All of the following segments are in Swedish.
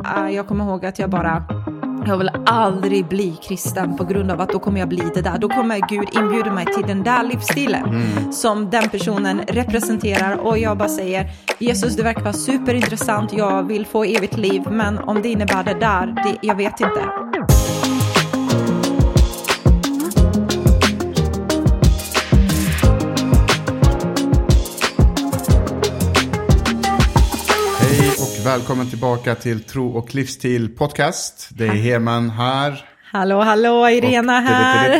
jag kommer ihåg att jag vill aldrig bli kristen på grund av att då kommer jag bli det där. Då kommer Gud inbjuda mig till den där livsstilen som den personen representerar. Och jag bara säger, Jesus, det verkar vara superintressant. Jag vill få evigt liv. Men om det innebär det där, jag vet inte. Välkommen tillbaka till Tro och livsstil podcast. Det är Heman här. Hallå, Irena här.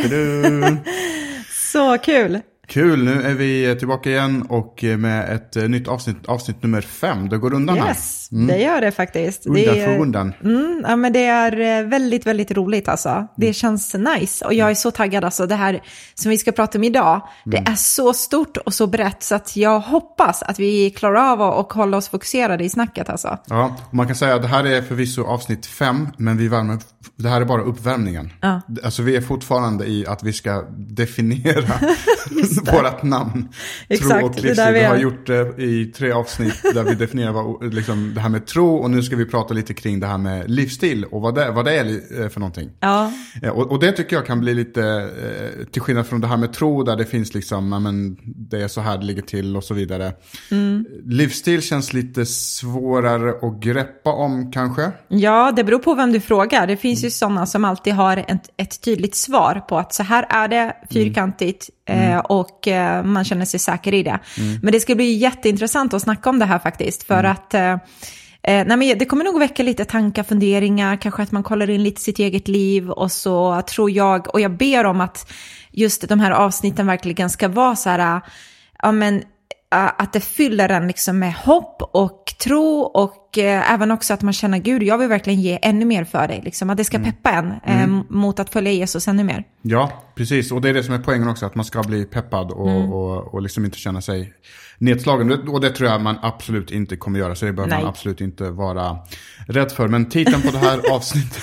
Så kul. Kul, nu är vi tillbaka igen och med ett nytt avsnitt nummer 5. Det går undan här. Yes, det gör det faktiskt. Undan. Ja, men det är väldigt, väldigt roligt alltså. Det känns nice och jag är så taggad alltså. Det här som vi ska prata om idag, det är så stort och så brett så att jag hoppas att vi klarar av och hålla oss fokuserade i snacket alltså. Ja, och man kan säga att det här är förvisso avsnitt 5, men det här är bara uppvärmningen. Ja. Alltså vi är fortfarande i att vi ska definiera vårat namn. Exakt, tro och livsstil. Vi har gjort det i 3 avsnitt där vi definierar liksom, det här med tro, och nu ska vi prata lite kring det här med livsstil och vad det är för någonting. Ja. Och det tycker jag kan bli lite till skillnad från det här med tro där det finns liksom, men det är så här det ligger till och så vidare. Livsstil känns lite svårare att greppa om kanske. Ja, det beror på vem du frågar. Det finns ju sådana som alltid har ett tydligt svar på att så här är det, fyrkantigt. Och man känner sig säker i det. Men det ska bli jätteintressant att snacka om det här faktiskt. För att men det kommer nog väcka lite tankar, funderingar. Kanske att man kollar in lite sitt eget liv. Och så tror jag, och jag ber om att just de här avsnitten verkligen ska vara så här, att det fyller en liksom med hopp och tro och även också att man känner, Gud, jag vill verkligen ge ännu mer för dig. Liksom, att det ska peppa en mot att följa Jesus ännu mer. Ja, precis. Och det är det som är poängen också, att man ska bli peppad och liksom inte känna sig nedslagen. Och det tror jag man absolut inte kommer göra, så det behöver man absolut inte vara rädd för. Men titeln på det här avsnittet,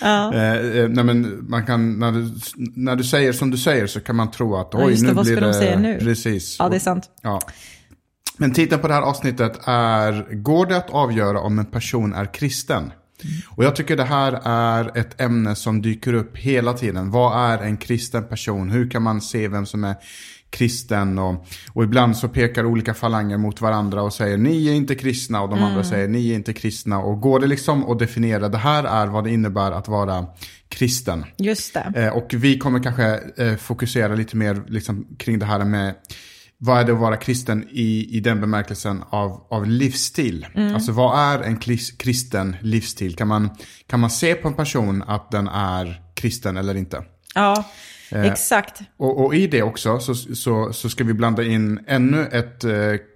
man kan, när du säger som du säger så kan man tro att oj, nu vad blir ska det... de säga nu? Precis. Ja, det är sant. Ja. Men titeln på det här avsnittet är: går det att avgöra om en person är kristen? Och jag tycker det här är ett ämne som dyker upp hela tiden. Vad är en kristen person? Hur kan man se vem som är kristen? Och ibland så pekar olika falanger mot varandra och säger ni är inte kristna, och de andra säger ni är inte kristna. Och går det liksom att definiera, det här är vad det innebär att vara kristen. Just det. Och vi kommer kanske fokusera lite mer liksom kring det här med vad är det att vara kristen i den bemärkelsen av livsstil? Alltså vad är en kristen livsstil? Kan man se på en person att den är kristen eller inte? Ja, exakt. Och i det också så ska vi blanda in ännu ett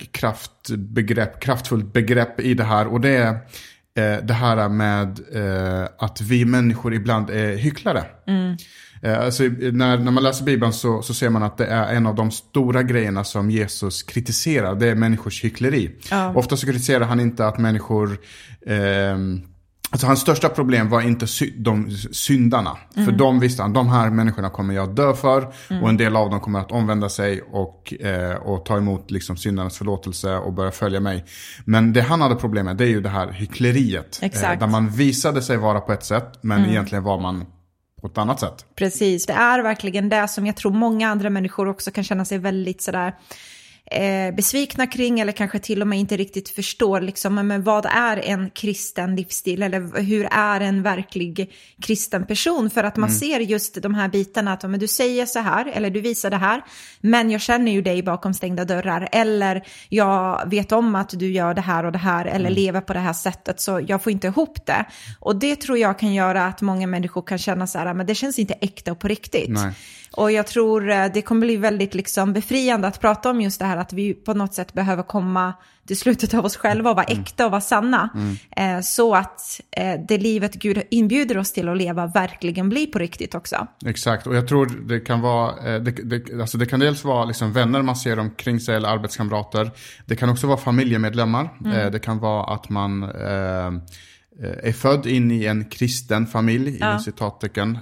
kraftfullt begrepp i det här. Och det är det här med att vi människor ibland är hycklare. Alltså, när man läser Bibeln så ser man att det är en av de stora grejerna som Jesus kritiserar. Det är människors hyckleri. Ofta så kritiserar han inte att människor... Alltså hans största problem var inte de syndarna. För de visste han, de här människorna kommer jag dö för. Och en del av dem kommer att omvända sig och ta emot liksom syndarnas förlåtelse och börja följa mig. Men det han hade problem med, det är ju det här hyckleriet. Där man visade sig vara på ett sätt, men egentligen var man på ett annat sätt. Precis, det är verkligen det som jag tror många andra människor också kan känna sig väldigt sådär besvikna kring, eller kanske till och med inte riktigt förstår liksom, men vad är en kristen livsstil, eller hur är en verklig kristen person, för att man ser just de här bitarna att men du säger så här, eller du visar det här, men jag känner ju dig bakom stängda dörrar, eller jag vet om att du gör det här och det här, eller lever på det här sättet, så jag får inte ihop det. Och det tror jag kan göra att många människor kan känna så här, men det känns inte äkta och på riktigt. Nej. Och jag tror det kommer bli väldigt liksom befriande att prata om just det här, att vi på något sätt behöver komma till slutet av oss själva och vara äkta och vara sanna. Så att det livet Gud inbjuder oss till att leva verkligen blir på riktigt också. Exakt, och jag tror det kan vara, alltså det kan dels vara liksom vänner man ser omkring sig eller arbetskamrater. Det kan också vara familjemedlemmar. Det kan vara att man är född in i en kristen familj, inom citattecken,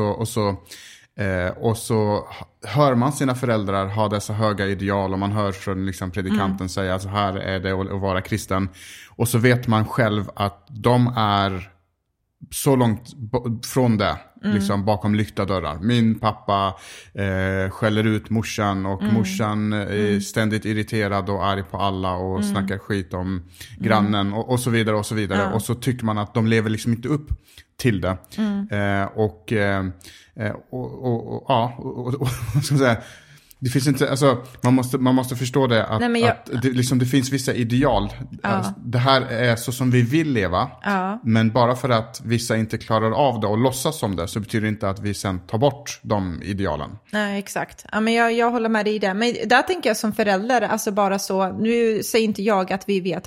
och så hör man sina föräldrar ha dessa höga ideal, och man hör från liksom predikanten säga så här är det att vara kristen, och så vet man själv att de är så långt från det, liksom bakom lyckta dörrar. Min pappa skäller ut morsan och morsan är ständigt irriterad och arg på alla och snackar skit om grannen och så vidare och så vidare. Ja. Och så tycker man att de lever liksom inte upp till det. Och så säga, det finns inte, alltså, man måste förstå det att, att det finns vissa ideal. Alltså, det här är så som vi vill leva. Men bara för att vissa inte klarar av det och låtsas som det, så betyder det inte att vi sen tar bort de idealen. Nej, exakt. Ja, men jag håller med dig i det. Men där tänker jag som förälder, alltså bara så, nu säger inte jag att vi vet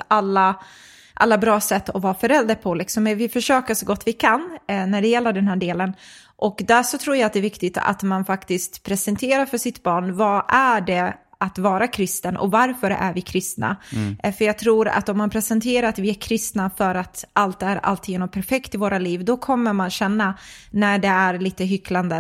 alla bra sätt att vara förälder på liksom, men vi försöker så gott vi kan när det gäller den här delen. Och där så tror jag att det är viktigt att man faktiskt presenterar för sitt barn, vad är det att vara kristen och varför är vi kristna? För jag tror att om man presenterar att vi är kristna för att allt är alltigenom perfekt i våra liv, då kommer man känna när det är lite hycklande,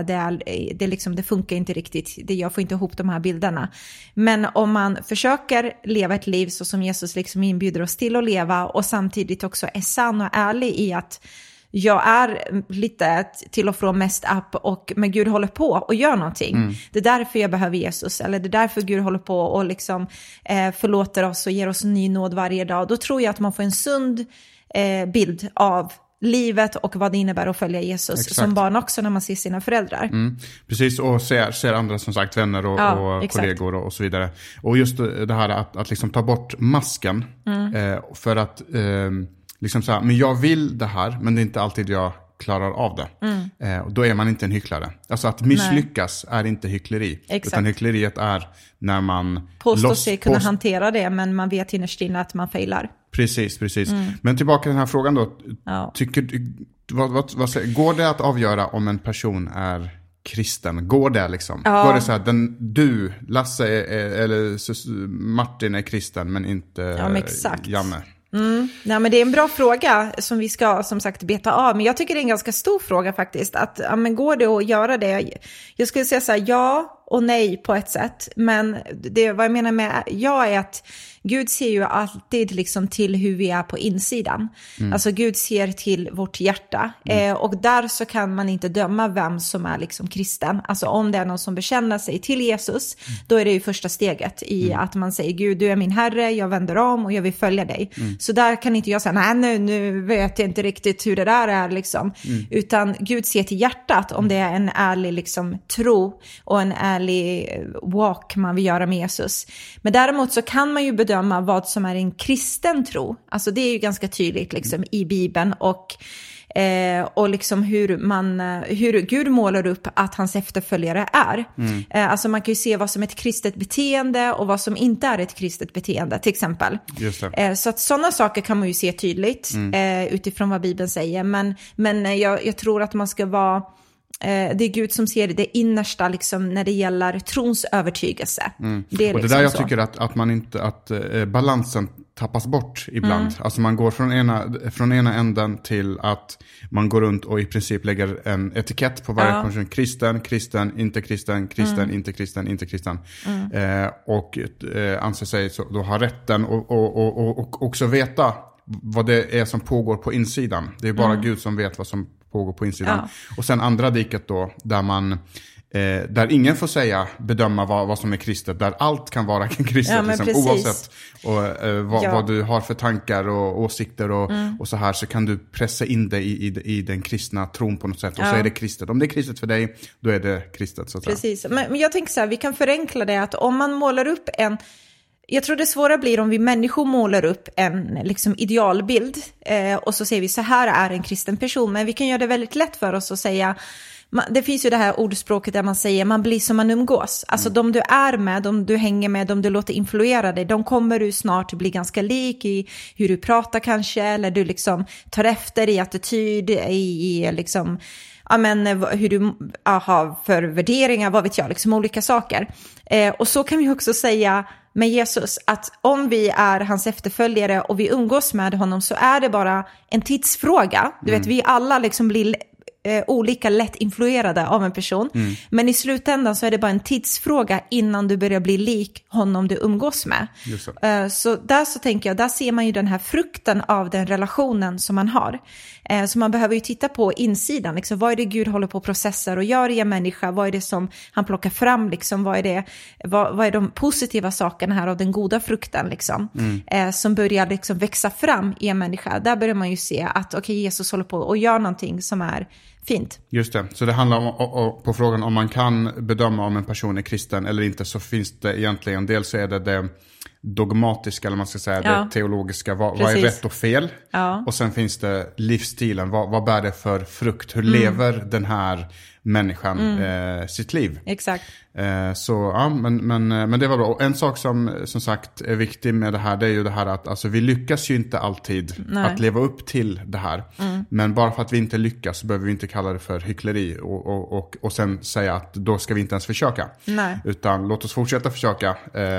det funkar inte riktigt, jag får inte ihop de här bilderna. Men om man försöker leva ett liv så som Jesus liksom inbjuder oss till att leva, och samtidigt också är sann och ärlig i att jag är lite till och från mest upp, men Gud håller på och gör någonting. Det är därför jag behöver Jesus, eller det är därför Gud håller på och liksom förlåter oss och ger oss ny nåd varje dag. Då tror jag att man får en sund bild av livet och vad det innebär att följa Jesus. Exakt. Som barn också när man ser sina föräldrar. Precis, och ser andra som sagt vänner och kollegor och så vidare. Och just det här att liksom ta bort masken för att liksom så här, men jag vill det här, men det är inte alltid jag klarar av det. Och då är man inte en hycklare. Alltså att misslyckas är inte hyckleri. Exakt. Utan hyckleriet är när man påstår sig kunna hantera det, men man vet innerst inne att man failar. Precis. Men tillbaka till den här frågan då. Tycker du, vad säger, går det att avgöra om en person är kristen? Går det liksom? Går det så här, du, Lasse eller Martin är kristen men inte Janne? Nej, men det är en bra fråga som vi ska som sagt beta av, men jag tycker det är en ganska stor fråga faktiskt, att men går det att göra det? Jag skulle säga så här, ja och nej på ett sätt, men vad jag menar med ja är att Gud ser ju alltid liksom till hur vi är på insidan. Alltså Gud ser till vårt hjärta. Och där så kan man inte döma vem som är liksom kristen. Alltså om det är någon som bekänner sig till Jesus, då är det ju första steget i att man säger Gud, du är min herre, jag vänder om och jag vill följa dig. Så där kan inte jag säga, nej nu vet jag inte riktigt hur det där är liksom. Utan Gud ser till hjärtat, om det är en ärlig liksom tro och en ärlig walk man vill göra med Jesus. Men däremot så kan man ju bedöma vad som är en kristen tro. Alltså det är ju ganska tydligt liksom i Bibeln och liksom hur Gud målar upp att hans efterföljare är. Alltså man kan ju se vad som är ett kristet beteende och vad som inte är ett kristet beteende till exempel. Just det. Så att sådana saker kan man ju se tydligt utifrån vad Bibeln säger. Men jag tror att man ska vara det är Gud som ser det innersta liksom, när det gäller trons övertygelse. Det är och det liksom där jag tycker att man inte, att balansen tappas bort ibland. Alltså man går från ena änden till att man går runt och i princip lägger en etikett på varje person. Kristen, inte kristen, inte kristen, inte kristen. Och anser sig så, då ha rätten och också veta vad det är som pågår på insidan. Det är bara Gud som vet vad som pågår på insidan. Och sen andra diket då, där ingen får bedöma vad som är kristet, där allt kan vara kristet liksom, oavsett vad du har för tankar och åsikter och så här, så kan du pressa in dig i den kristna tron på något sätt, och så är det kristet. Om det är kristet för dig, då är det kristet så att precis. Men jag tänker så här, vi kan förenkla det, att om man målar upp jag tror det svåra blir om vi människor målar upp en liksom idealbild och så säger vi så här är en kristen person. Men vi kan göra det väldigt lätt för oss att säga, det finns ju det här ordspråket där man säger man blir som man umgås. Alltså de du är med, de du hänger med, de du låter influera dig, de kommer du snart bli ganska lik i hur du pratar kanske, eller du liksom tar efter i attityd, i liksom hur du har för värderingar, vad vet jag, liksom olika saker. Och så kan vi också säga med Jesus, att om vi är hans efterföljare och vi umgås med honom, så är det bara en tidsfråga. Du vet, vi alla liksom blir olika lätt influerade av en person. Men i slutändan så är det bara en tidsfråga innan du börjar bli lik honom du umgås med. Så där tänker jag, där ser man ju den här frukten av den relationen som man har. Så man behöver ju titta på insidan. Liksom, vad är det Gud håller på och processar och gör i en människa? Vad är det som han plockar fram? Liksom, vad är de positiva sakerna här av den goda frukten? Liksom, som börjar liksom växa fram i en människa. Där börjar man ju se att Jesus håller på och gör någonting som är fint. Just det, så det handlar om på frågan om man kan bedöma om en person är kristen eller inte, så finns det egentligen, dels så är det dogmatiska, eller man ska säga det teologiska, vad är rätt och fel, och sen finns det livsstilen, vad bär det för frukt, hur lever den här människan sitt liv. Exakt. Så ja, men det var bra. Och en sak som sagt är viktig med det här, det är ju det här att alltså, vi lyckas ju inte alltid att leva upp till det här. Men bara för att vi inte lyckas behöver vi inte kalla det för hyckleri och sen säga att då ska vi inte ens försöka. Nej. Utan låt oss fortsätta försöka.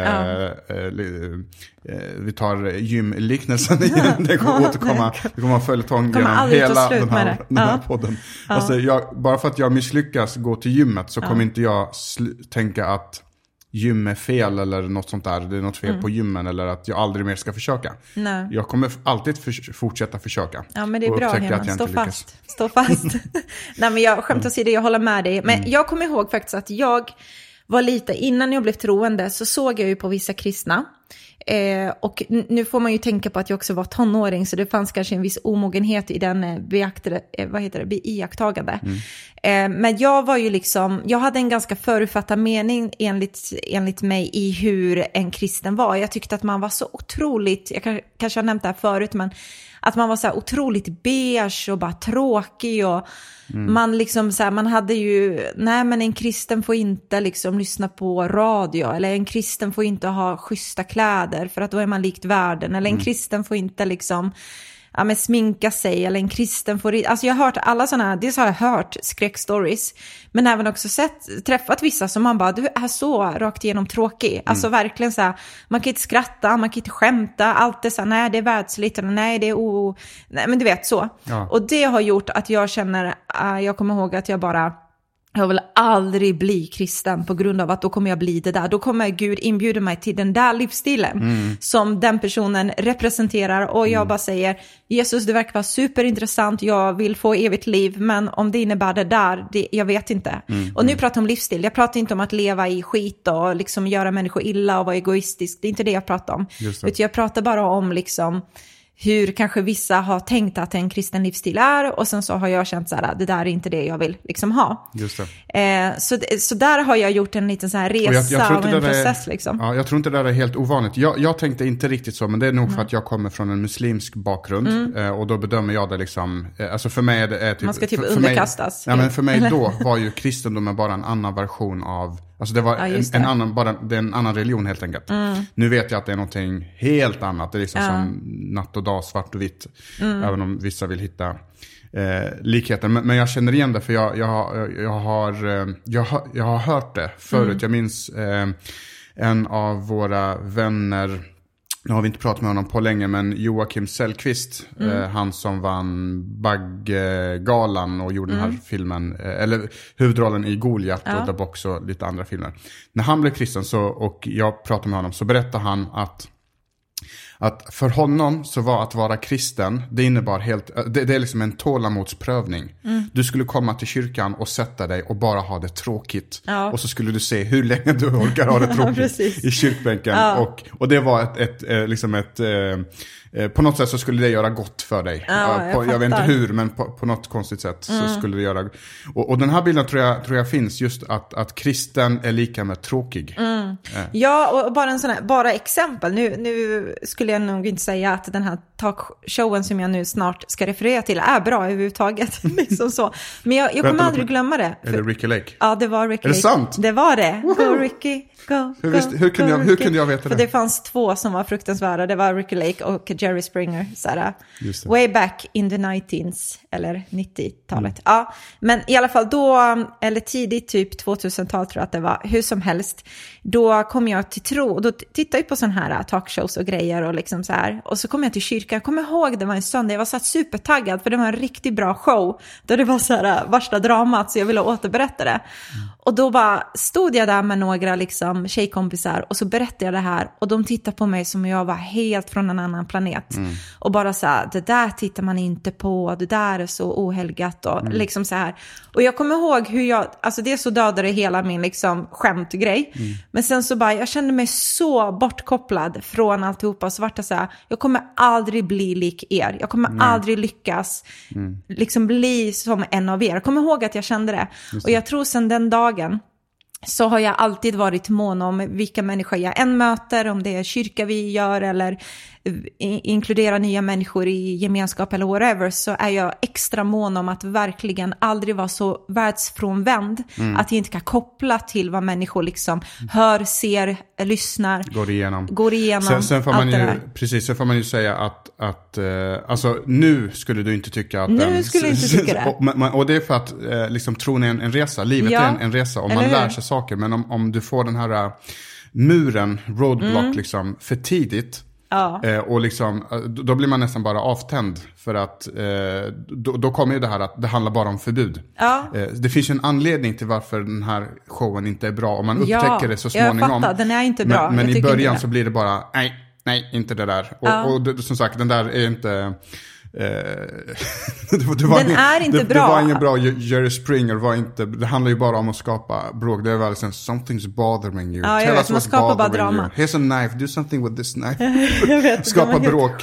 Vi tar gymliknelsen igen. Det kommer återkomma. Det kommer att följetong genom hela den här podden. Alltså, bara för att jag misslyckas gå till gymmet så kommer inte jag tänka att gym är fel eller något sånt där. Det är något fel på gymmen eller att jag aldrig mer ska försöka. Nej. Jag kommer alltid fortsätta försöka. Ja, men det är bra, Heman. Stå fast. Nej, men jag skämt åsido, jag håller med dig. Men jag kommer ihåg faktiskt att jag var lite, innan jag blev troende så såg jag ju på vissa kristna. Och nu får man ju tänka på att jag också var tonåring, så det fanns kanske en viss omogenhet i den iakttagande. Men jag var ju liksom, jag hade en ganska förutfattad mening enligt mig i hur en kristen var. Jag tyckte att man var så otroligt, jag kanske har nämnt det här förut, men att man var så här otroligt beige och bara tråkig och man liksom så här, man hade ju, nej men en kristen får inte liksom lyssna på radio, eller en kristen får inte ha schyssta kläder för att då är man likt världen, eller en kristen får inte liksom sminka sig, eller en kristen får, alltså jag har hört alla sådana, dels har jag hört skräckstories, men även också träffat vissa som man bara, du är så rakt igenom tråkig, alltså verkligen så här, man kan inte skratta, man kan inte skämta, allt är så här, nej det är världsligt, eller nej det är nej men du vet så, och det har gjort att jag känner, jag kommer ihåg att jag vill aldrig bli kristen på grund av att då kommer jag bli det där. Då kommer Gud inbjuda mig till den där livsstilen som den personen representerar. Och jag bara säger, Jesus, det verkar vara superintressant. Jag vill få evigt liv. Men om det innebär det där, jag vet inte. Och nu pratar jag om livsstil. Jag pratar inte om att leva i skit och liksom göra människor illa och vara egoistisk. Det är inte det jag pratar om. Utan jag pratar bara om liksom hur kanske vissa har tänkt att en kristen livsstil är, och sen så har jag känt så här, det där är inte det jag vill liksom ha. Just det. Så där har jag gjort en liten så här resa och en process liksom. Ja, jag tror inte det där är helt ovanligt. Jag tänkte inte riktigt så, men det är nog för att jag kommer från en muslimsk bakgrund och då bedömer jag det liksom, alltså för mig är det typ, man ska typ underkastas. Men för mig då var ju kristendomen bara en annan version av, alltså det var en annan religion helt enkelt. Nu vet jag att det är någonting helt annat. Det är liksom som natt och dag, svart och vitt. Även om vissa vill hitta likheter. Men jag känner igen det, för jag har hört det förut. Jag minns en av våra vänner, nu har vi inte pratat med honom på länge, men Joakim Sellqvist, han som vann Baggalan och gjorde den här filmen, eller huvudrollen i Goliat och The Box och lite andra filmer. När han blev kristen och jag pratade med honom, så berättade han att för honom så var att vara kristen, det innebar det är liksom en tålamodsprövning. Du skulle komma till kyrkan och sätta dig och bara ha det tråkigt. Och så skulle du se hur länge du orkar ha det tråkigt i kyrkbänken. Och det var på något sätt så skulle det göra gott för dig. Jag vet inte hur, men på något konstigt sätt så skulle det göra. Och den här bilden tror jag finns, just att kristen är lika med tråkig. Ja, och bara en sån här, bara exempel. Nu skulle jag nog inte säga att den här talkshowen som jag nu snart ska referera till är bra överhuvudtaget. Liksom så. Men jag kommer aldrig glömma det. Är det Ricky Lake? Ja, det var Ricky Lake. Är det sant? Det var det. Go Ricky, go. Hur kunde jag veta det? För det fanns två som var fruktansvärda. Det var Ricky Lake och Jerry Springer. Såhär, way back in the 90s. Eller 90-talet. Ja, men i alla fall då, eller tidigt typ 2000-tal tror jag att det var. Hur som helst. Då kom jag till tro. Och då tittade jag på sån här talkshows och grejer. Och liksom så här. Och så kom jag till kyrkan. Jag kommer ihåg det var en söndag. Jag var så här supertaggad för det var en riktigt bra show. Där det var så här värsta dramat så jag ville återberätta det. Och då bara stod jag där med några liksom tjejkompisar och så berättade jag det här. Och de tittade på mig som jag var helt från en annan planet. Och bara så här, det där tittar man inte på. Det där är så ohelgat och liksom så här. Och jag kommer ihåg hur alltså det så dödade hela min liksom skämtgrej. Men sen så bara, jag kände mig så bortkopplad från alltihopa. Och så vart det så här, jag kommer aldrig bli lik er. Jag kommer aldrig lyckas liksom bli som en av er. Jag kommer ihåg att jag kände det. Och jag tror sen den dagen så har jag alltid varit mån om vilka människor jag än möter, om det är kyrka vi gör eller inkludera nya människor i gemenskap eller whatever, så är jag extra mån om att verkligen aldrig vara så världsfrånvänd att jag inte kan koppla till vad människor liksom hör, ser, lyssnar, går igenom. Sen får man ju, precis, sen får man ju säga att alltså nu skulle du inte tycka att nu skulle inte tycka det. Och det är för att liksom tron är en resa, livet är en resa och man lär sig saker, men om du får den här muren, roadblock liksom för tidigt. Och liksom, då blir man nästan bara avtänd för att då kommer ju det här att det handlar bara om förbud. Det finns ju en anledning till varför den här showen inte är bra och man upptäcker det så småningom. Jag fattar, den är inte bra. Men i början så blir det bara nej, inte det där. Och som sagt, den där är inte den är inte bra. Det var ingen bra Jerry Springer, det handlar ju bara om att skapa bråk. Det är väl liksom something's bothering you. Tell us what's bothering you. Here's a knife, do something with this knife. Skapa bråk.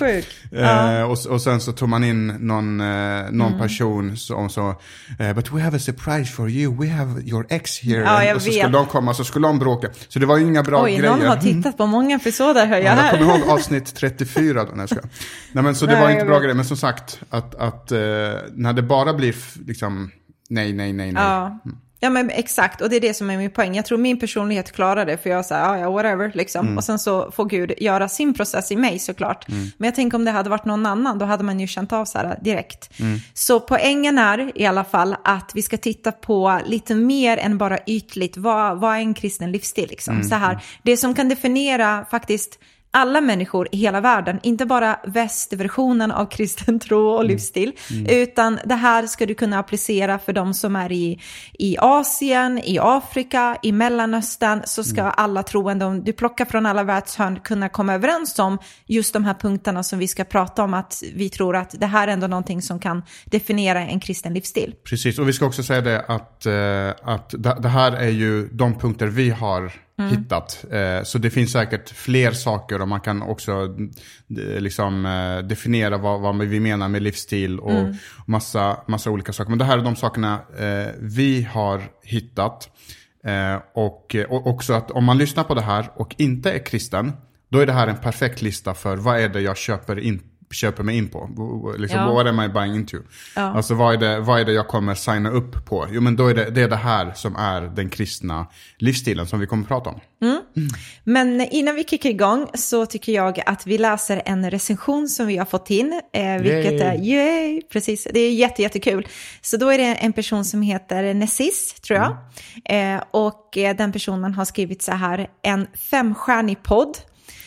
Och sen så tog man in någon person som så but we have a surprise for you. We have your ex here. Och så skulle de komma, så skulle de bråka. Så det var ju inga bra grejer. Någon har tittat på många episoder, hör jag här. Jag kommer ihåg avsnitt 34 då. Nej, men så det var inte bra grejer. Men som sagt, att när det bara blir liksom nej. Ja, men exakt. Och det är det som är min poäng. Jag tror min personlighet klarar det. För jag säger, whatever liksom. Och sen så får Gud göra sin process i mig såklart. Men jag tänker om det hade varit någon annan, då hade man ju känt av så här direkt. Så poängen är i alla fall att vi ska titta på lite mer än bara ytligt. Vad är en kristen livsstil liksom? Så här, det som kan definiera faktiskt alla människor i hela världen, inte bara västversionen av kristen tro och livsstil, utan det här ska du kunna applicera för de som är i Asien, i Afrika, i Mellanöstern, så ska alla troende, om du plockar från alla världshörn, kunna komma överens om just de här punkterna som vi ska prata om, att vi tror att det här är ändå någonting som kan definiera en kristen livsstil. Precis, och vi ska också säga det att det här är ju de punkter vi har hittat. Så det finns säkert fler saker och man kan också liksom definiera vad vi menar med livsstil och massa olika saker. Men det här är de sakerna vi har hittat. Och också att om man lyssnar på det här och inte är kristen, då är det här en perfekt lista för vad är det jag köper mig in på. Liksom, what am I buying into? Alltså vad är det jag kommer signa upp på? Jo, men då är det här som är den kristna livsstilen som vi kommer att prata om. Men innan vi kickar igång så tycker jag att vi läser en recension som vi har fått in, vilket är precis, det är jättekul. Så då är det en person som heter Nessis, tror jag. Och den personen har skrivit så här: en 5-stjärnig podd.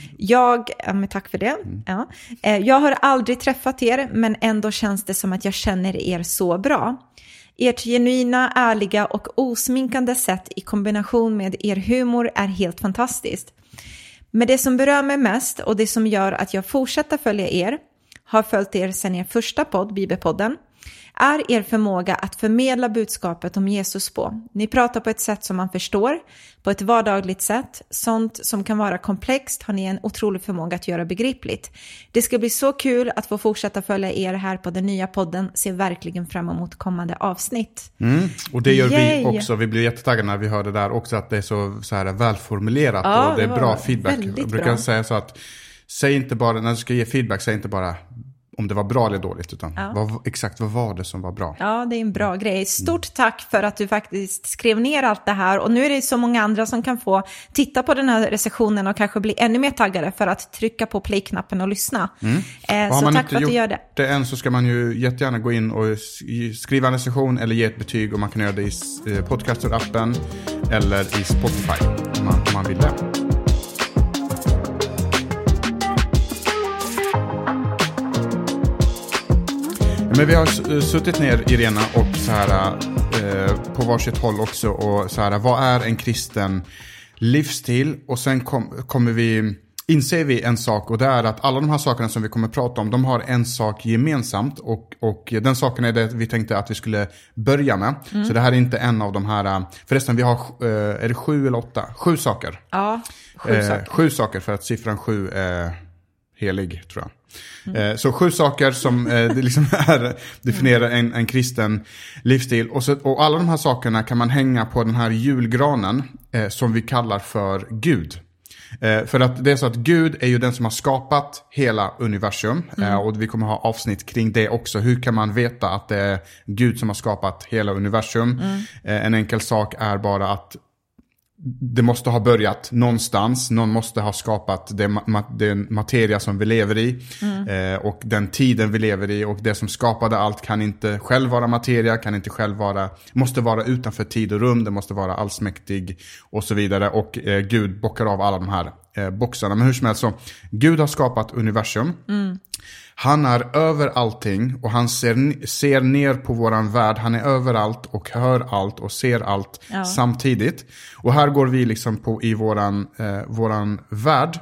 Tack för det. Jag har aldrig träffat er, men ändå känns det som att jag känner er så bra. Ert genuina, ärliga och osminkande sätt i kombination med er humor är helt fantastiskt. Men det som berör mig mest och det som gör att jag fortsätter följa er, har följt er sedan er första podd, Bibelpodden, är er förmåga att förmedla budskapet om Jesus på. Ni pratar på ett sätt som man förstår, på ett vardagligt sätt. Sånt som kan vara komplext har ni en otrolig förmåga att göra begripligt. Det ska bli så kul att få fortsätta följa er här på den nya podden. Ser verkligen fram emot kommande avsnitt. Och det gör vi också. Vi blir jättetaggade när vi hör det där också, att det är så här välformulerat och det är bra feedback. Jag brukar säga så att säg inte bara, när du ska ge feedback, säg inte bara om det var bra eller dåligt, utan exakt vad var det som var bra. Ja, det är en bra grej. Stort tack för att du faktiskt skrev ner allt det här. Och nu är det så många andra som kan få titta på den här recensionen och kanske bli ännu mer taggade för att trycka på play-knappen och lyssna. Så tack för att du gör det. Det än så ska man ju jättegärna gå in och skriva en recension eller ge ett betyg, och man kan göra det i Podcaster-appen eller i Spotify om man vill det. Men vi har suttit ner, Irena, och så här på varsitt håll också, och så här, vad är en kristen livsstil? Och sen inser vi en sak, och det är att alla de här sakerna som vi kommer att prata om, de har en sak gemensamt, och den saken är det vi tänkte att vi skulle börja med. Så det här är inte en av de här, förresten vi har, är det 7 eller 8? 7 saker. Ja, 7 saker. 7 saker, för att siffran 7 är helig, tror jag. Så 7 saker som liksom definierar en kristen livsstil. Och alla de här sakerna kan man hänga på den här julgranen som vi kallar för Gud. För att det är så att Gud är ju den som har skapat hela universum. Och vi kommer ha avsnitt kring det också. Hur kan man veta att det är Gud som har skapat hela universum? En enkel sak är bara att det måste ha börjat någonstans. Någon måste ha skapat den materia som vi lever i. Och den tiden vi lever i. Och det som skapade allt kan inte själv vara materia. Kan inte själv måste vara utanför tid och rum. Det måste vara allsmäktig och så vidare. Och Gud bockar av alla de här boxarna. Men hur som helst så, Gud har skapat universum. Han är över allting, och han ser ner på våran värld. Han är överallt och hör allt och ser allt samtidigt. Och här går vi liksom i våran värld.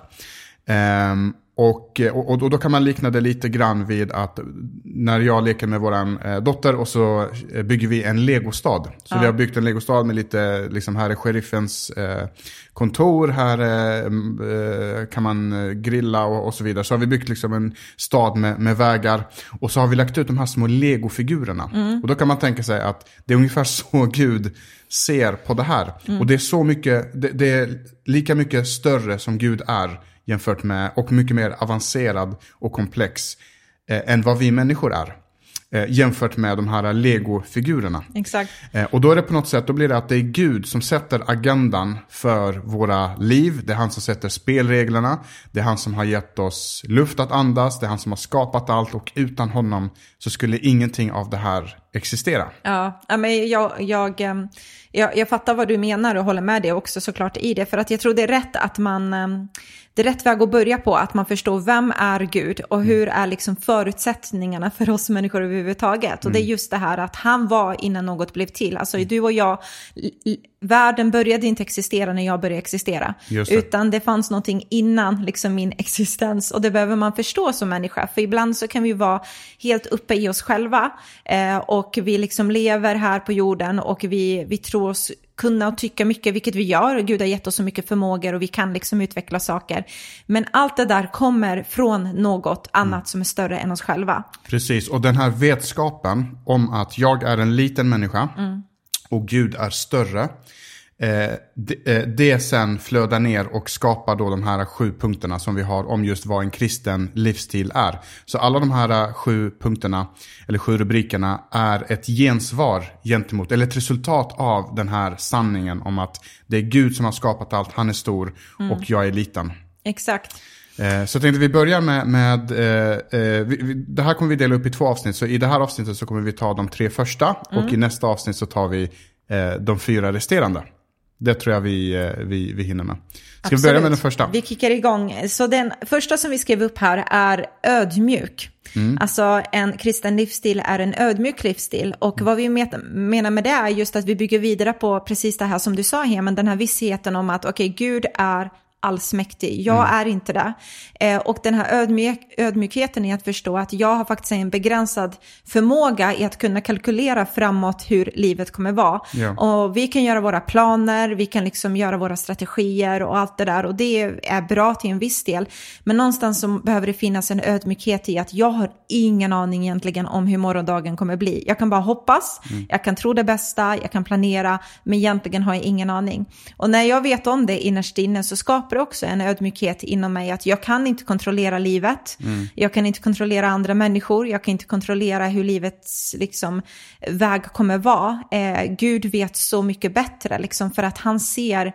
Och då kan man likna det lite grann vid att när jag leker med våran dotter, och så bygger vi en legostad. Så vi har byggt en legostad med lite, liksom, här är sheriffens kontor, här kan man grilla och så vidare. Så har vi byggt liksom en stad med vägar, och så har vi lagt ut de här små legofigurerna. Och då kan man tänka sig att det är ungefär så Gud ser på det här. Och det är så mycket, det är lika mycket större som Gud är jämfört med, och mycket mer avancerad och komplex än vad vi människor är. Jämfört med de här Lego-figurerna. Exakt. Och då är det på något sätt, då blir det att det är Gud som sätter agendan för våra liv. Det är han som sätter spelreglerna. Det är han som har gett oss luft att andas. Det är han som har skapat allt, och utan honom så skulle ingenting av det här existera. Ja, men jag fattar vad du menar och håller med dig också såklart i det. För att jag tror det är rätt att det är rätt väg att börja på, att man förstår vem är Gud och hur är liksom förutsättningarna för oss människor överhuvudtaget. Och det är just det här att han var innan något blev till. Alltså du och jag, världen började inte existera när jag började existera. Utan det fanns någonting innan liksom min existens. Och det behöver man förstå som människa. För ibland så kan vi vara helt uppe i oss själva. Och vi liksom lever här på jorden, och vi tror oss kunna och tycka mycket, vilket vi gör. Gud har gett oss så mycket förmågor, och vi kan liksom utveckla saker. Men allt det där kommer från något annat som är större än oss själva. Precis, och den här vetskapen om att jag är en liten människa och Gud är större, det sen flödar ner och skapar då de här 7 punkterna som vi har om just vad en kristen livsstil är. Så alla de här 7 punkterna, eller 7 rubrikerna, är ett gensvar gentemot, eller ett resultat av den här sanningen om att det är Gud som har skapat allt, han är stor och jag är liten. Exakt. Så jag tänkte vi börjar med det här kommer vi dela upp i 2 avsnitt. Så i det här avsnittet så kommer vi ta de 3 första, och i nästa avsnitt så tar vi de 4 resterande. Det tror jag vi hinner med. Ska vi börja med den första? Vi kickar igång. Så den första som vi skrev upp här är ödmjuk. Alltså en kristen livsstil är en ödmjuk livsstil. Och vad vi menar med det är just att vi bygger vidare på precis det här som du sa, Heman. Den här vissheten om att Gud är allsmäktig. Jag är inte det. Och den här ödmjukheten i att förstå att jag har faktiskt en begränsad förmåga i att kunna kalkylera framåt hur livet kommer vara. Ja. Och vi kan göra våra planer, vi kan liksom göra våra strategier och allt det där. Och det är bra till en viss del. Men någonstans så behöver det finnas en ödmjukhet i att jag har ingen aning egentligen om hur morgondagen kommer bli. Jag kan bara hoppas, jag kan tro det bästa, jag kan planera, men egentligen har jag ingen aning. Och när jag vet om det innerst inne så skapar också en ödmjukhet inom mig att jag kan inte kontrollera livet. Jag kan inte kontrollera andra människor. Jag kan inte kontrollera hur livets liksom, väg kommer vara. Gud vet så mycket bättre liksom, för att han ser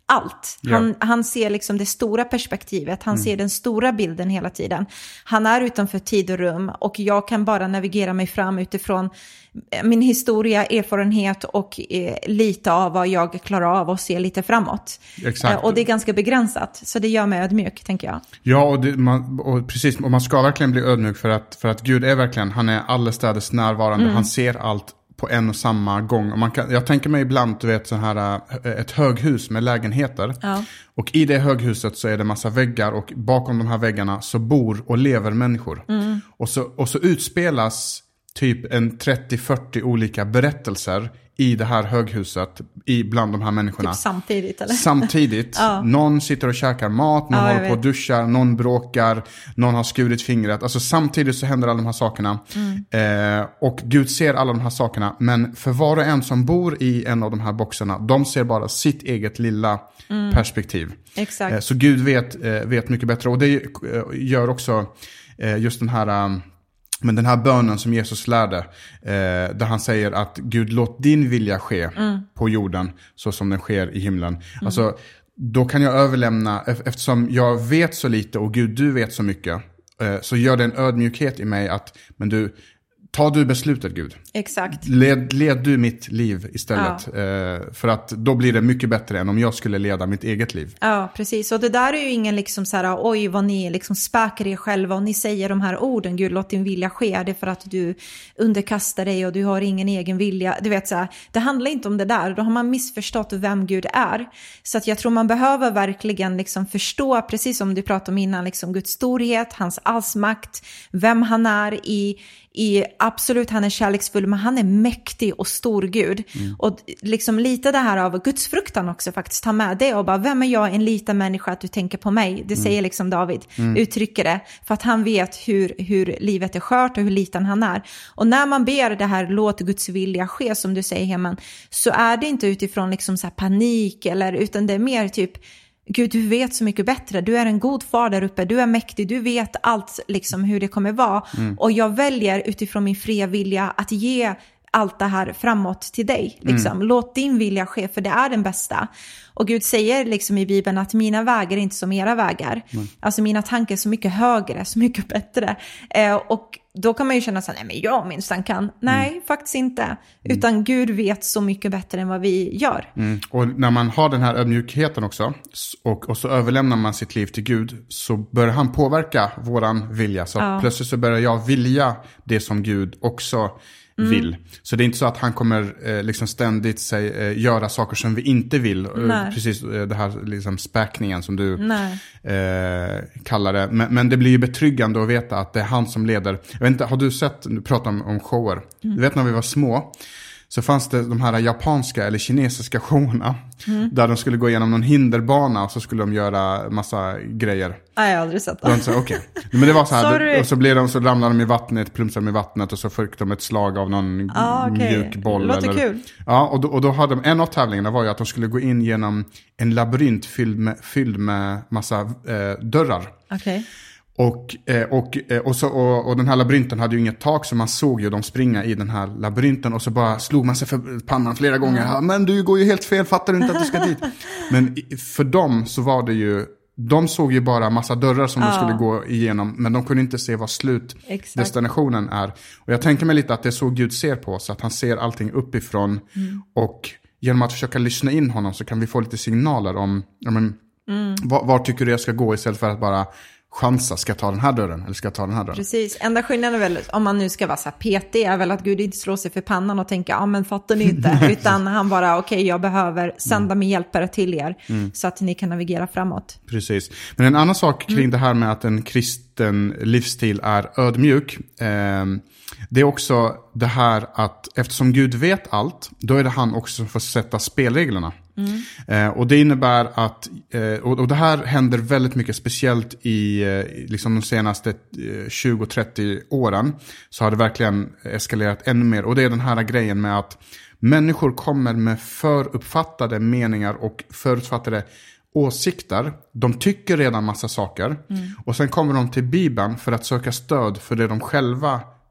allt. Han ser liksom det stora perspektivet. Han ser den stora bilden hela tiden. Han är utanför tid och rum. Och jag kan bara navigera mig fram utifrån min historia, erfarenhet och lite av vad jag klarar av och se lite framåt. Exakt. Och det är ganska begränsat. Så det gör mig ödmjuk, tänker jag. Ja, och precis. Och man ska verkligen bli ödmjuk för att Gud är verkligen, han är allestädes närvarande. Han ser allt på en och samma gång. Och jag tänker mig ibland, du vet, så här, ett höghus med lägenheter. Ja. Och i det höghuset så är det massa väggar. Och bakom de här väggarna så bor och lever människor. Och så utspelas typ 30-40 olika berättelser i det här höghuset, bland de här människorna. Typ samtidigt, eller? Samtidigt. Ja. Någon sitter och käkar mat, någon håller på och duschar, någon bråkar, någon har skurit fingret. Alltså samtidigt så händer alla de här sakerna. Och Gud ser alla de här sakerna. Men för var och en som bor i en av de här boxarna, de ser bara sitt eget lilla perspektiv. Exakt. Så Gud vet mycket bättre. Och det gör också just den här bönen som Jesus lärde, där han säger att Gud, låt din vilja ske på jorden så som den sker i himlen. Alltså, då kan jag överlämna, eftersom jag vet så lite och Gud, du vet så mycket, så gör det en ödmjukhet i mig att, men du, ta du beslutet, Gud. Exakt. Led du mitt liv istället. Ja. För att då blir det mycket bättre än om jag skulle leda mitt eget liv. Ja, precis. Och det där är ju ingen liksom så här, oj vad ni liksom späker er själva och ni säger de här orden, Gud låt din vilja ske. Det är för att du underkastar dig och du har ingen egen vilja. Du vet så här, det handlar inte om det där. Då har man missförstått vem Gud är. Så att jag tror man behöver verkligen liksom förstå, precis som du pratade om innan, liksom Guds storhet, hans allsmakt, vem han är absolut, han är kärleksfull, men han är mäktig och stor Gud. Och liksom lite det här av Guds fruktan också faktiskt, ta med det och bara, vem är jag, en liten människa att du tänker på mig? Det säger liksom David, uttrycker det, för att han vet hur livet är skört och hur liten han är. Och när man ber det här, låt Guds vilja ske, som du säger Heman, så är det inte utifrån liksom så här panik, utan det är mer typ, Gud, du vet så mycket bättre. Du är en god far där uppe. Du är mäktig. Du vet allt liksom hur det kommer vara. Och jag väljer utifrån min fria vilja att ge allt det här framåt till dig. Liksom. Låt din vilja ske, för det är den bästa. Och Gud säger liksom i Bibeln att mina vägar är inte som era vägar. Alltså mina tankar är så mycket högre, så mycket bättre. Och då kan man ju känna så här, nej men jag minsann kan. Nej, faktiskt inte. Utan Gud vet så mycket bättre än vad vi gör. Och när man har den här ödmjukheten också, och så överlämnar man sitt liv till Gud, så börjar han påverka våran vilja. Så plötsligt så börjar jag vilja det som Gud också vill. Så det är inte så att han kommer liksom ständigt göra saker som vi inte vill. Precis det här liksom späkningen som du kallar det. Men det blir ju betryggande att veta att det är han som leder. Jag vet inte, har du pratat om shower? Du vet när vi var små, så fanns det de här japanska eller kinesiska showerna. Där de skulle gå igenom någon hinderbana och så skulle de göra massa grejer. Nej, jag har aldrig sett det. Okay. Men det var så här, och så ramlade de i vattnet, plumsade de i vattnet och så fick de ett slag av någon mjuk boll. Låter kul. Ja, och då hade de, en av tävlingarna var ju att de skulle gå in genom en labyrint fylld med massa dörrar. Okej. Och den här labyrinten hade ju inget tak, så man såg ju dem springa i den här labyrinten, och så bara slog man sig för pannan flera gånger. Men du går ju helt fel, fattar du inte att du ska dit? Men för dem så var det ju, de såg ju bara massa dörrar som de skulle gå igenom, men de kunde inte se vad slutdestinationen är. Och jag tänker mig lite att det är så Gud ser på oss, att han ser allting uppifrån. Och genom att försöka lyssna in honom så kan vi få lite signaler om var tycker du jag ska gå, istället för att bara chansa, ska jag ta den här dörren eller ska jag ta den här dörren? Precis, enda skillnaden är väl, om man nu ska vara så här petig, är väl att Gud inte slår sig för pannan och tänker, men fattar ni inte? Utan han bara, okej, jag behöver sända min hjälpare till er så att ni kan navigera framåt. Precis, men en annan sak kring det här med att en kristen livsstil är ödmjuk, det är också det här att eftersom Gud vet allt, då är det han också som får sätta spelreglerna. Och det innebär att, och det här händer väldigt mycket, speciellt i liksom de senaste 20-30 åren, så har det verkligen eskalerat ännu mer. Och det är den här grejen med att människor kommer med föruppfattade meningar och förutfattade åsikter. De tycker redan massa saker. Och sen kommer de till Bibeln för att söka stöd för det de själva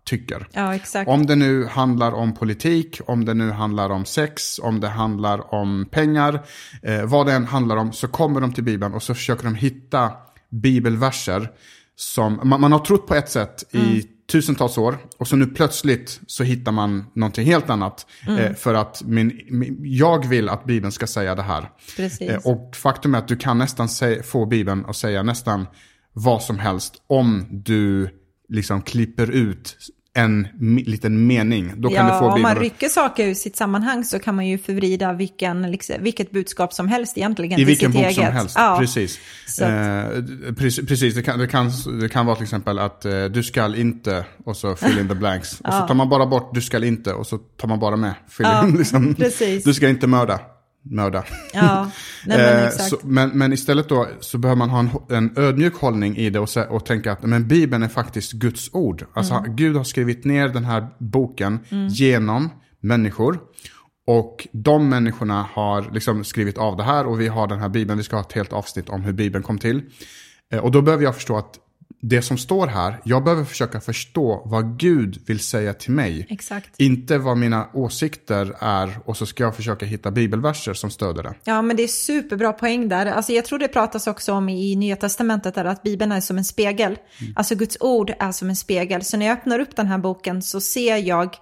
tycker. Ja, exakt. Om det nu handlar om politik, om det nu handlar om sex, om det handlar om pengar, vad det än handlar om, så kommer de till Bibeln och så försöker de hitta bibelverser som man har trott på ett sätt i tusentals år, och så nu plötsligt så hittar man någonting helt annat för att jag vill att Bibeln ska säga det här. Precis. Och faktum är att du kan nästan få Bibeln att säga nästan vad som helst om du liksom klipper ut en liten mening. Då kan du få om Bibeln. man rycker saker ur sitt sammanhang så kan man ju förvrida vilket budskap som helst egentligen. I vilken sitt bok eget. som helst, ja. Precis. Precis, det kan vara till exempel att du skall inte, och så fill in the blanks. Och så tar man bara bort du skall inte, och så tar man bara med fill in, liksom, du ska inte mörda. Ja, men exakt. Men istället då så behöver man ha en ödmjuk hållning i det och tänka att men Bibeln är faktiskt Guds ord. Alltså Gud har skrivit ner den här boken genom människor, och de människorna har liksom skrivit av det här, och vi har den här Bibeln. Vi ska ha ett helt avsnitt om hur Bibeln kom till. Och då behöver jag förstå att det som står här, jag behöver försöka förstå vad Gud vill säga till mig. Exakt. Inte vad mina åsikter är, och så ska jag försöka hitta bibelverser som stöder det. Ja, men det är superbra poäng där. Alltså jag tror det pratas också om i Nya Testamentet där, att Bibeln är som en spegel. Alltså Guds ord är som en spegel. Så när jag öppnar upp den här boken så ser jag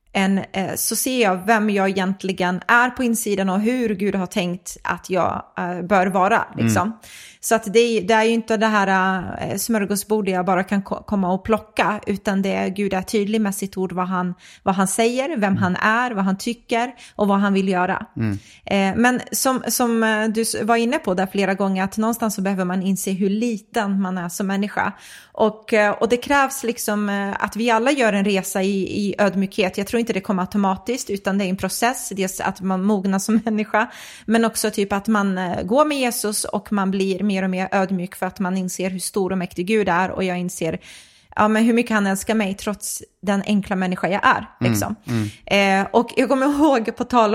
vem jag egentligen är på insidan och hur Gud har tänkt att jag bör vara. Liksom. Så att det är ju inte det här smörgåsbord jag bara kan komma och plocka, utan Gud är tydlig med sitt ord, vad han säger, vem han är, vad han tycker och vad han vill göra. Men som du var inne på där flera gånger, att någonstans så behöver man inse hur liten man är som människa. Och det krävs liksom att vi alla gör en resa i ödmjukhet. Jag tror inte det kommer automatiskt, utan det är en process. Dels att man mognar som människa, men också typ att man går med Jesus och man blir mer och mer ödmjuk för att man inser hur stor och mäktig Gud är, och jag inser men hur mycket han älskar mig trots den enkla människa jag är. Liksom. Och jag kommer ihåg på tal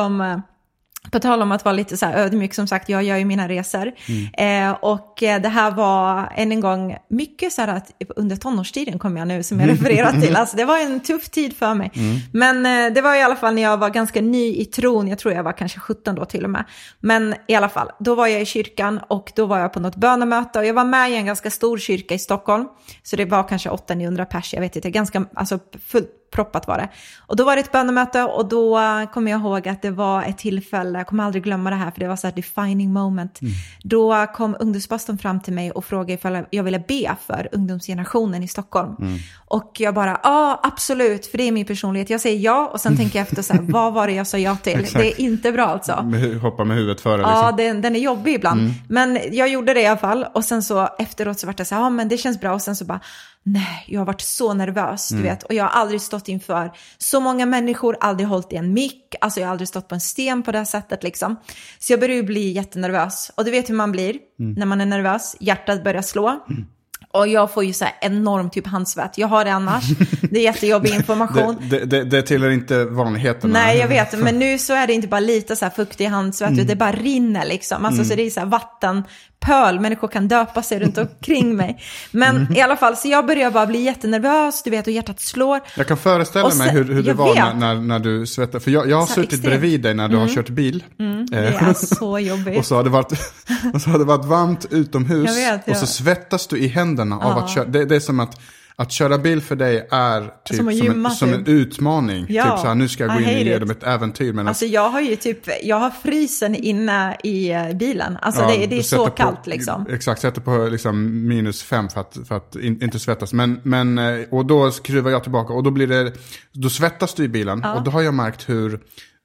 om att vara lite så här ödmjuk, som sagt, jag gör ju mina resor. Och det här var en gång mycket så här att under tonårstiden kom jag nu, som jag refererar till. Alltså det var en tuff tid för mig. Men det var i alla fall när jag var ganska ny i tron. Jag tror jag var kanske 17 då till och med. Men i alla fall, då var jag i kyrkan och då var jag på något bönemöte. Och jag var med i en ganska stor kyrka i Stockholm. Så det var kanske 800-900 pers, jag vet inte. Ganska, alltså fullt proppat var det. Och då var det ett bönemöte, och då kommer jag ihåg att det var ett tillfälle, jag kommer aldrig glömma det här, för det var så här defining moment. Då kom ungdomspastorn fram till mig och frågade ifall jag ville be för ungdomsgenerationen i Stockholm. Och jag bara, absolut, för det är min personlighet. Jag säger ja, och sen tänker jag efter så här, vad var det jag sa ja till? Det är inte bra alltså. Hoppa med huvudet före. Ja, den är jobbig ibland. Men jag gjorde det i alla fall, och sen så efteråt så var det så här, men det känns bra, och sen så bara, nej, jag har varit så nervös, du vet. Och jag har aldrig stått inför så många människor, aldrig hållit i en mick. Alltså jag har aldrig stått på en sten på det här sättet liksom. Så jag började bli jättenervös. Och du vet hur man blir när man är nervös. Hjärtat börjar slå. Och jag får ju så här enorm typ handsvett. Jag har det annars. Det är jättejobbig information. Det tillhör inte vanligheterna. Nej, jag vet. Men nu så är det inte bara lite så här fuktig handsvett. Det bara rinner liksom. Alltså så det är så här vattenpöl. Människor kan döpa sig runt omkring mig. Men i alla fall, så jag börjar bara bli jättenervös. Du vet, och hjärtat slår. Jag kan föreställa mig hur det var när du svettade. För jag har suttit bredvid dig när du har kört bil. Det är så jobbigt. Och så har det varit varmt utomhus. Jag vet, och så svettas du i händerna av att köra. Det är som att köra bil för dig är typ som en utmaning. Ja, typ så här, nu ska jag gå in och ge dem ett äventyr. Men alltså jag har ju jag har frysen inne i bilen. Alltså det är så kallt liksom. Exakt, sätter på liksom -5 för att inte svettas. Men och då skruvar jag tillbaka, och då svettas du i bilen. Och då har jag märkt hur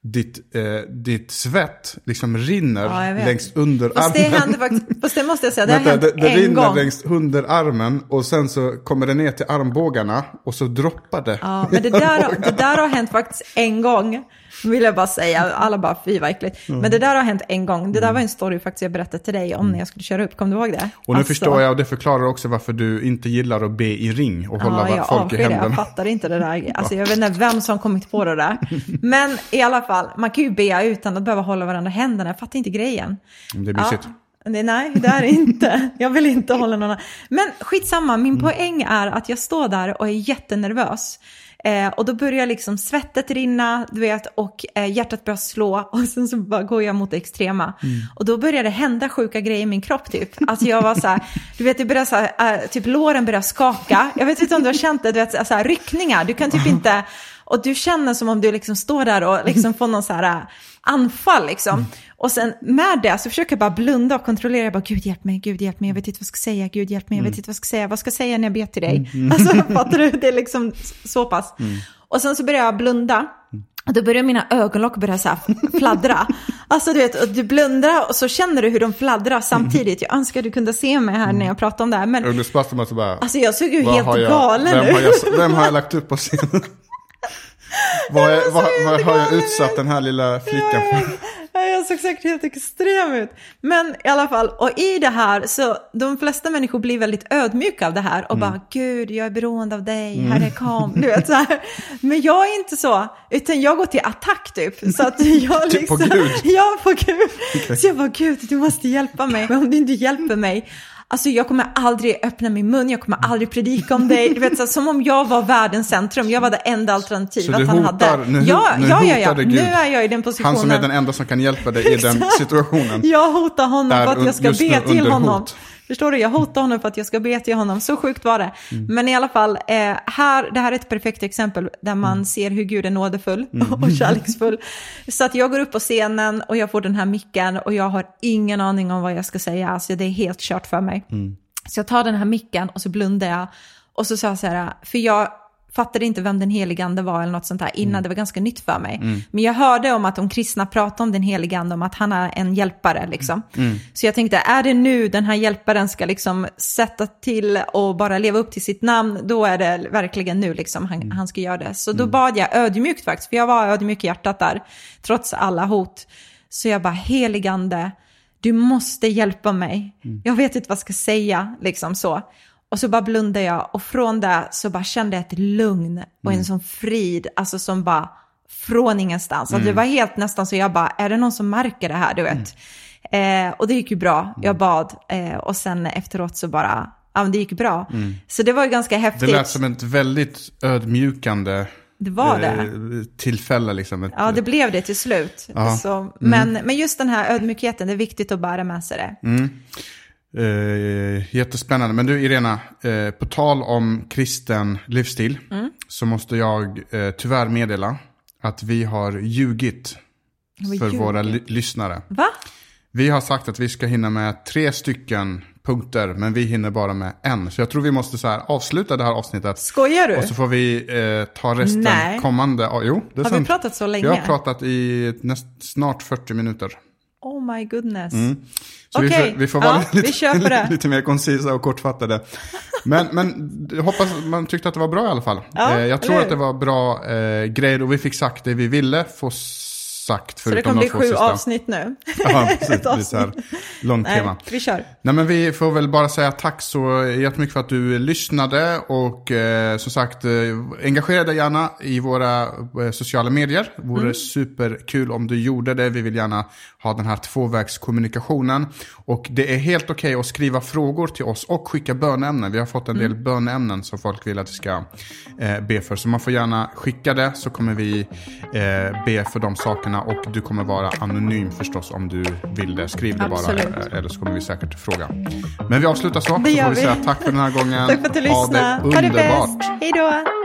ditt svett liksom rinner längst under armen. Fast det måste jag säga, det har hänt det rinner gång. längst under armen, och sen så kommer det ner till armbågarna, och så droppar det. Ja, men det där har hänt faktiskt en gång. Vill jag bara säga, alla bara fy vad äckligt. Men det där har hänt en gång. Det där var en story faktiskt jag berättade till dig om när jag skulle köra upp. Kommer du ihåg det? Och nu förstår jag, och det förklarar också varför du inte gillar att be i ring och hålla folk i händerna. Jag fattar inte det där. Alltså jag vet inte vem som kommit på det där. Men i alla fall, man kan ju be utan att behöva hålla varandra i händerna. Jag fattar inte grejen. Det är mysigt. Nej, det är inte. Jag vill inte hålla någon. Men skitsamma, min poäng är att jag står där och är jättenervös. Och då börjar liksom svettet rinna, du vet, och hjärtat börjar slå. Och sen så bara går jag mot det extrema. Och då börjar det hända sjuka grejer i min kropp typ. Alltså jag var så här, du vet, det börjar så här, typ låren börjar skaka. Jag vet inte om du har känt det, du vet, så här ryckningar. Du kan typ inte, och du känner som om du liksom står där och liksom får någon så här anfall liksom. Och sen med det så försöker jag bara blunda och kontrollera. Jag bara, Gud hjälp mig, jag vet inte vad jag ska säga. Gud hjälp mig, jag vet inte vad jag ska säga. Vad ska jag säga när jag ber till dig? Alltså fattar du, det är liksom så pass. Och sen så börjar jag blunda. Och då börjar mina ögonlock börja så här fladdra. Alltså du vet, och du blundar och så känner du hur de fladdrar samtidigt. Jag önskar du kunde se mig här när jag pratar om det här. Men alltså jag såg ju helt galen ut. Vem har jag lagt upp på scenen? Vad har jag utsatt den här lilla flickan för? Jag såg säkert helt extrem ut. Men i alla fall, och i det här så de flesta människor blir väldigt ödmjuka av det här. Och bara, Gud, jag är beroende av dig, Herre kom. Du vet så här. Men jag är inte så, utan jag går till attack typ. Så att jag liksom, på Gud? Ja, på Gud. Okay. Så jag bara, Gud, du måste hjälpa mig. Men om du inte hjälper mig, alltså jag kommer aldrig öppna min mun, jag kommer aldrig predika om dig. Du vet, så, som om jag var världens centrum. Jag var det enda alternativ att han hade. Ja. Nu är jag i den positionen. Han som är den enda som kan hjälpa dig i den situationen. Jag hotar honom för att jag ska be till honom. Förstår du? Jag hotar honom för att jag ska be till honom. Så sjukt var det. Men i alla fall, det här är ett perfekt exempel där man ser hur Gud är nådefull och kärleksfull. Så att jag går upp på scenen och jag får den här micken och jag har ingen aning om vad jag ska säga. Alltså det är helt kört för mig. Så jag tar den här micken och så blundar jag. Och så sa jag så här, för jag fattade inte vem den helige ande var eller något sånt här innan. Det var ganska nytt för mig. Men jag hörde om att de kristna pratade om den helige ande, om att han är en hjälpare liksom. Så jag tänkte, är det nu den här hjälparen ska liksom sätta till och bara leva upp till sitt namn, då är det verkligen nu liksom han ska göra det. Så då bad jag ödmjukt faktiskt, för jag var ödmjuk i hjärtat där, trots alla hot. Så jag bara, helige ande, du måste hjälpa mig. Jag vet inte vad jag ska säga liksom så. Och så bara blundade jag och från det så bara kände jag ett lugn och en sån frid, alltså som bara från ingenstans. Alltså det var helt nästan så jag bara, är det någon som märker det här, du vet? Och det gick ju bra, jag bad och sen efteråt så bara, ja men det gick bra. Så det var ju ganska häftigt. Det lät som ett väldigt ödmjukande det var det. Tillfälle liksom. Ja, det blev det till slut. Så, men just den här ödmjukheten, det är viktigt att bära med sig det. Jättespännande. Men du Irena, på tal om kristen livsstil så måste jag tyvärr meddela att vi har ljugit för våra lyssnare. Va? Vi har sagt att vi ska hinna med 3 stycken punkter, men vi hinner bara med 1. Så jag tror vi måste så här avsluta det här avsnittet. Skojar du? Och så får vi ta resten kommande. Jo, det är har sant. Vi pratat så länge? Vi har pratat i snart 40 minuter. Oh my goodness. Så vi får vara lite mer koncisa och kortfattade. Men jag hoppas man tyckte att det var bra i alla fall. Jag tror att det var bra grejer och vi fick sagt det vi ville få sagt. Så det kommer bli 7 avsnitt nu. Ja, precis. Det blir så här långt tema. Vi kör. Nej, men vi får väl bara säga tack så jättemycket för att du lyssnade. Och som sagt, engagera dig gärna i våra sociala medier. Det vore superkul om du gjorde det. Vi vill gärna ha den här 2-vägskommunikationen. Och det är helt okej att skriva frågor till oss och skicka böneämnen. Vi har fått en del böneämnen som folk vill att vi ska be för. Så man får gärna skicka det, så kommer vi be för de sakerna. Och du kommer vara anonym förstås om du vill det. Skriv det bara, eller så kommer vi säkert fråga. Men vi avslutar så får vi säga tack för den här gången. Tack för att du lyssnade. Ha det underbart. Hej då!